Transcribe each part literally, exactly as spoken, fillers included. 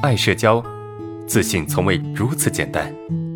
爱社交，自信从未如此简单。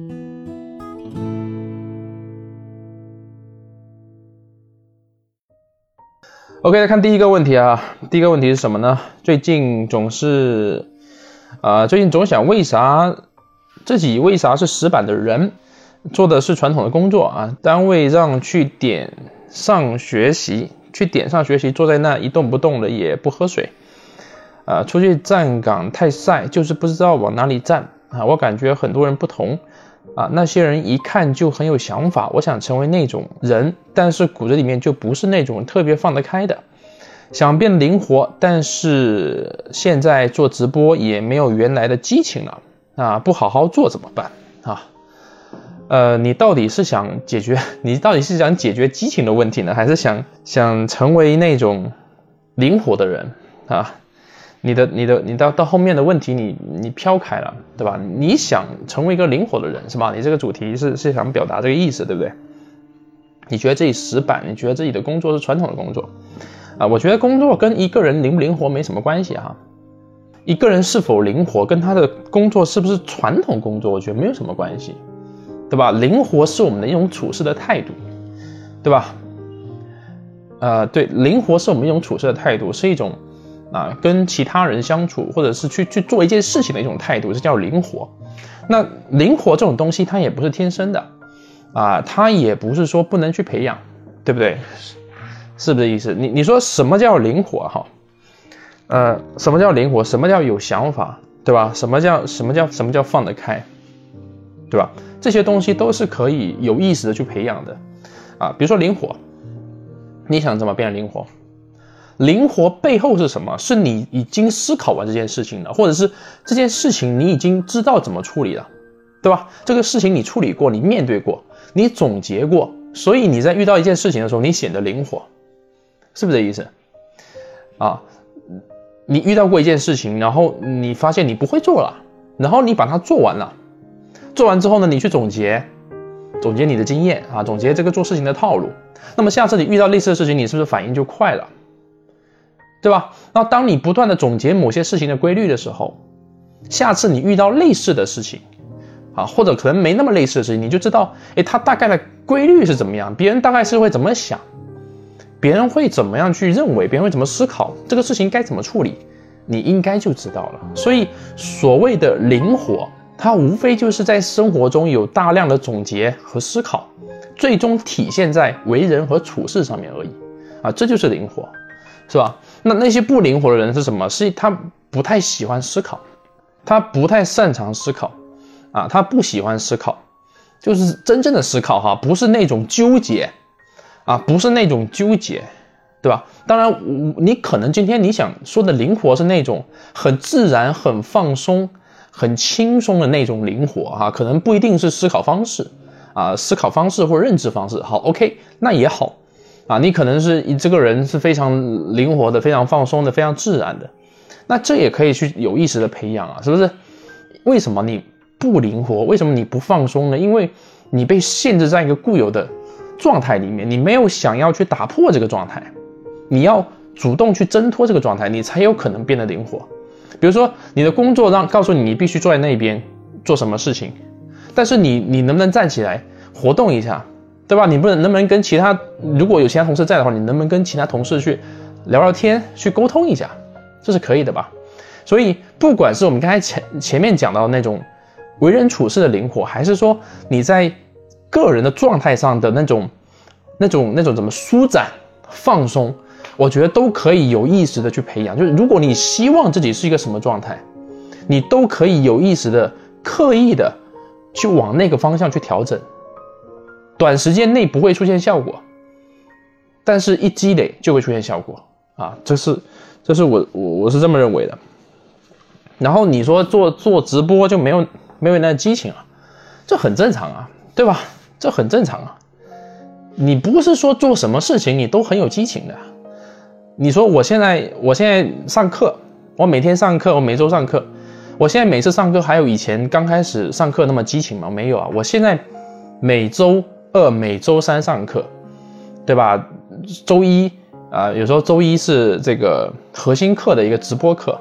OK， 来看第一个问题啊，第一个问题是什么呢？最近总是，呃，最近总想为啥自己为啥是死板的人，做的是传统的工作啊，单位让去点上学习，去点上学习，坐在那一动不动的也不喝水，啊、呃，出去站岗太晒，就是不知道往哪里站啊。我感觉很多人不同啊，那些人一看就很有想法，我想成为那种人，但是骨子里面就不是那种特别放得开的，想变灵活，但是现在做直播也没有原来的激情了啊，不好好做怎么办啊？呃，你到底是想解决，你到底是想解决激情的问题呢，还是想想成为那种灵活的人啊？你的你的你到到后面的问题你你飘开了，对吧？你想成为一个灵活的人是吧？你这个主题是是想表达这个意思，对不对？你觉得自己死板，你觉得自己的工作是传统的工作啊？我觉得工作跟一个人灵不灵活没什么关系哈。一个人是否灵活跟他的工作是不是传统工作，我觉得没有什么关系，对吧？灵活是我们的一种处事的态度，对吧？呃，对，灵活是我们一种处事的态度，是一种啊，跟其他人相处，或者是去去做一件事情的一种态度，这叫灵活。那灵活这种东西，它也不是天生的啊，它也不是说不能去培养，对不对？是不是这意思？你你说什么叫灵活哈？呃，什么叫灵活？什么叫有想法，对吧？什么叫什么叫什么叫放得开，对吧？这些东西都是可以有意识的去培养的啊。比如说灵活，你想怎么变灵活？灵活背后是什么？是你已经思考完这件事情了，或者是这件事情你已经知道怎么处理了，对吧？这个事情你处理过，你面对过，你总结过，所以你在遇到一件事情的时候，你显得灵活，是不是这意思？啊，你遇到过一件事情，然后你发现你不会做了，然后你把它做完了，做完之后呢，你去总结，总结你的经验啊，总结这个做事情的套路。那么下次你遇到类似的事情，你是不是反应就快了？对吧？那当你不断的总结某些事情的规律的时候，下次你遇到类似的事情啊，或者可能没那么类似的事情，你就知道，诶，它大概的规律是怎么样，别人大概是会怎么想，别人会怎么样去认为，别人会怎么思考，这个事情该怎么处理，你应该就知道了。所以所谓的灵活，它无非就是在生活中有大量的总结和思考，最终体现在为人和处事上面而已啊，这就是灵活，是吧？那那些不灵活的人是什么？是他不太喜欢思考，他不太擅长思考啊，他不喜欢思考，就是真正的思考哈，不是那种纠结啊，不是那种纠结，对吧？当然，你可能今天你想说的灵活是那种很自然、很放松、很轻松的那种灵活哈，可能不一定是思考方式啊，思考方式或认知方式。好 ，OK， 那也好。啊，你可能是这个人是非常灵活的，非常放松的，非常自然的，那这也可以去有意识的培养啊，是不是？为什么你不灵活？为什么你不放松呢？因为你被限制在一个固有的状态里面，你没有想要去打破这个状态，你要主动去挣脱这个状态，你才有可能变得灵活。比如说你的工作让告诉你你必须坐在那边做什么事情，但是你你能不能站起来活动一下？对吧？你不能能不能跟其他，如果有其他同事在的话，你能不能跟其他同事去聊聊天，去沟通一下，这是可以的吧？所以不管是我们刚才前前面讲到的那种为人处事的灵活，还是说你在个人的状态上的那种那种那种怎么舒展放松，我觉得都可以有意识的去培养。就是如果你希望自己是一个什么状态，你都可以有意识的刻意的去往那个方向去调整。短时间内不会出现效果，但是一积累就会出现效果啊！这是，这是我我我是这么认为的。然后你说做做直播就没有没有那激情啊，这很正常啊，对吧？这很正常啊。你不是说做什么事情你都很有激情的。你说我现在我现在上课，我每天上课，我每周上课，我现在每次上课还有以前刚开始上课那么激情吗？没有啊，我现在每周二、每周三上课，对吧？周一啊、呃，有时候周一是这个核心课的一个直播课，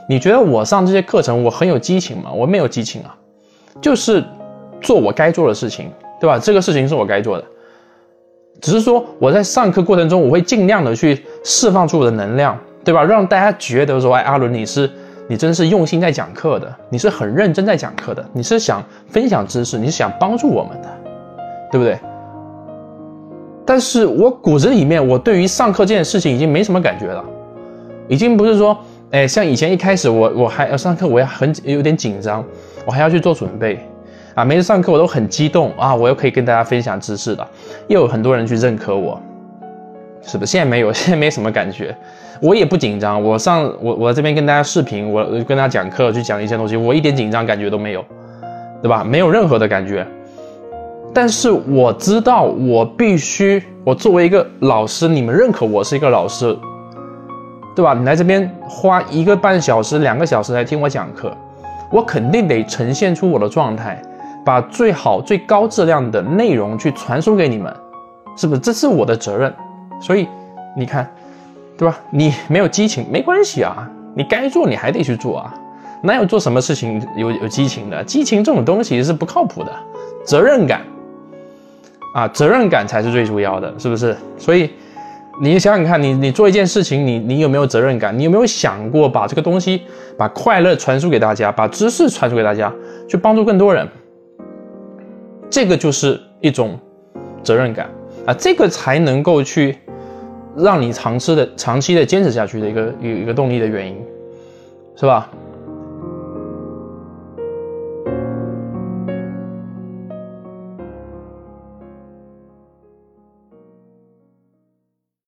你觉得我上这些课程我很有激情吗？我没有激情啊，就是做我该做的事情，对吧？这个事情是我该做的，只是说我在上课过程中，我会尽量的去释放出我的能量，对吧？让大家觉得说，哎，阿伦你是你真是用心在讲课的，你是很认真在讲课的，你是想分享知识，你是想帮助我们的，对不对？但是我骨子里面，我对于上课这件事情已经没什么感觉了，已经不是说，哎，像以前一开始我我还要上课，我也很有点紧张，我还要去做准备啊，每次上课我都很激动啊，我又可以跟大家分享知识了，又有很多人去认可我，是不是？现在没有，现在没什么感觉，我也不紧张，我上我我这边跟大家视频，我跟大家讲课去讲一些东西，我一点紧张感觉都没有，对吧？没有任何的感觉。但是我知道我必须，我作为一个老师，你们认可我是一个老师，对吧？你来这边花一个半小时、两个小时来听我讲课，我肯定得呈现出我的状态，把最好、最高质量的内容去传输给你们，是不是？这是我的责任。所以你看，对吧？你没有激情没关系啊，你该做你还得去做啊，哪有做什么事情有有激情的？激情这种东西是不靠谱的，责任感。啊，责任感才是最主要的，是不是？所以你想想看，你你做一件事情，你你有没有责任感？你有没有想过把这个东西，把快乐传输给大家，把知识传输给大家，去帮助更多人？这个就是一种责任感啊，这个才能够去让你长期的长期的坚持下去的一个一个动力的原因，是吧？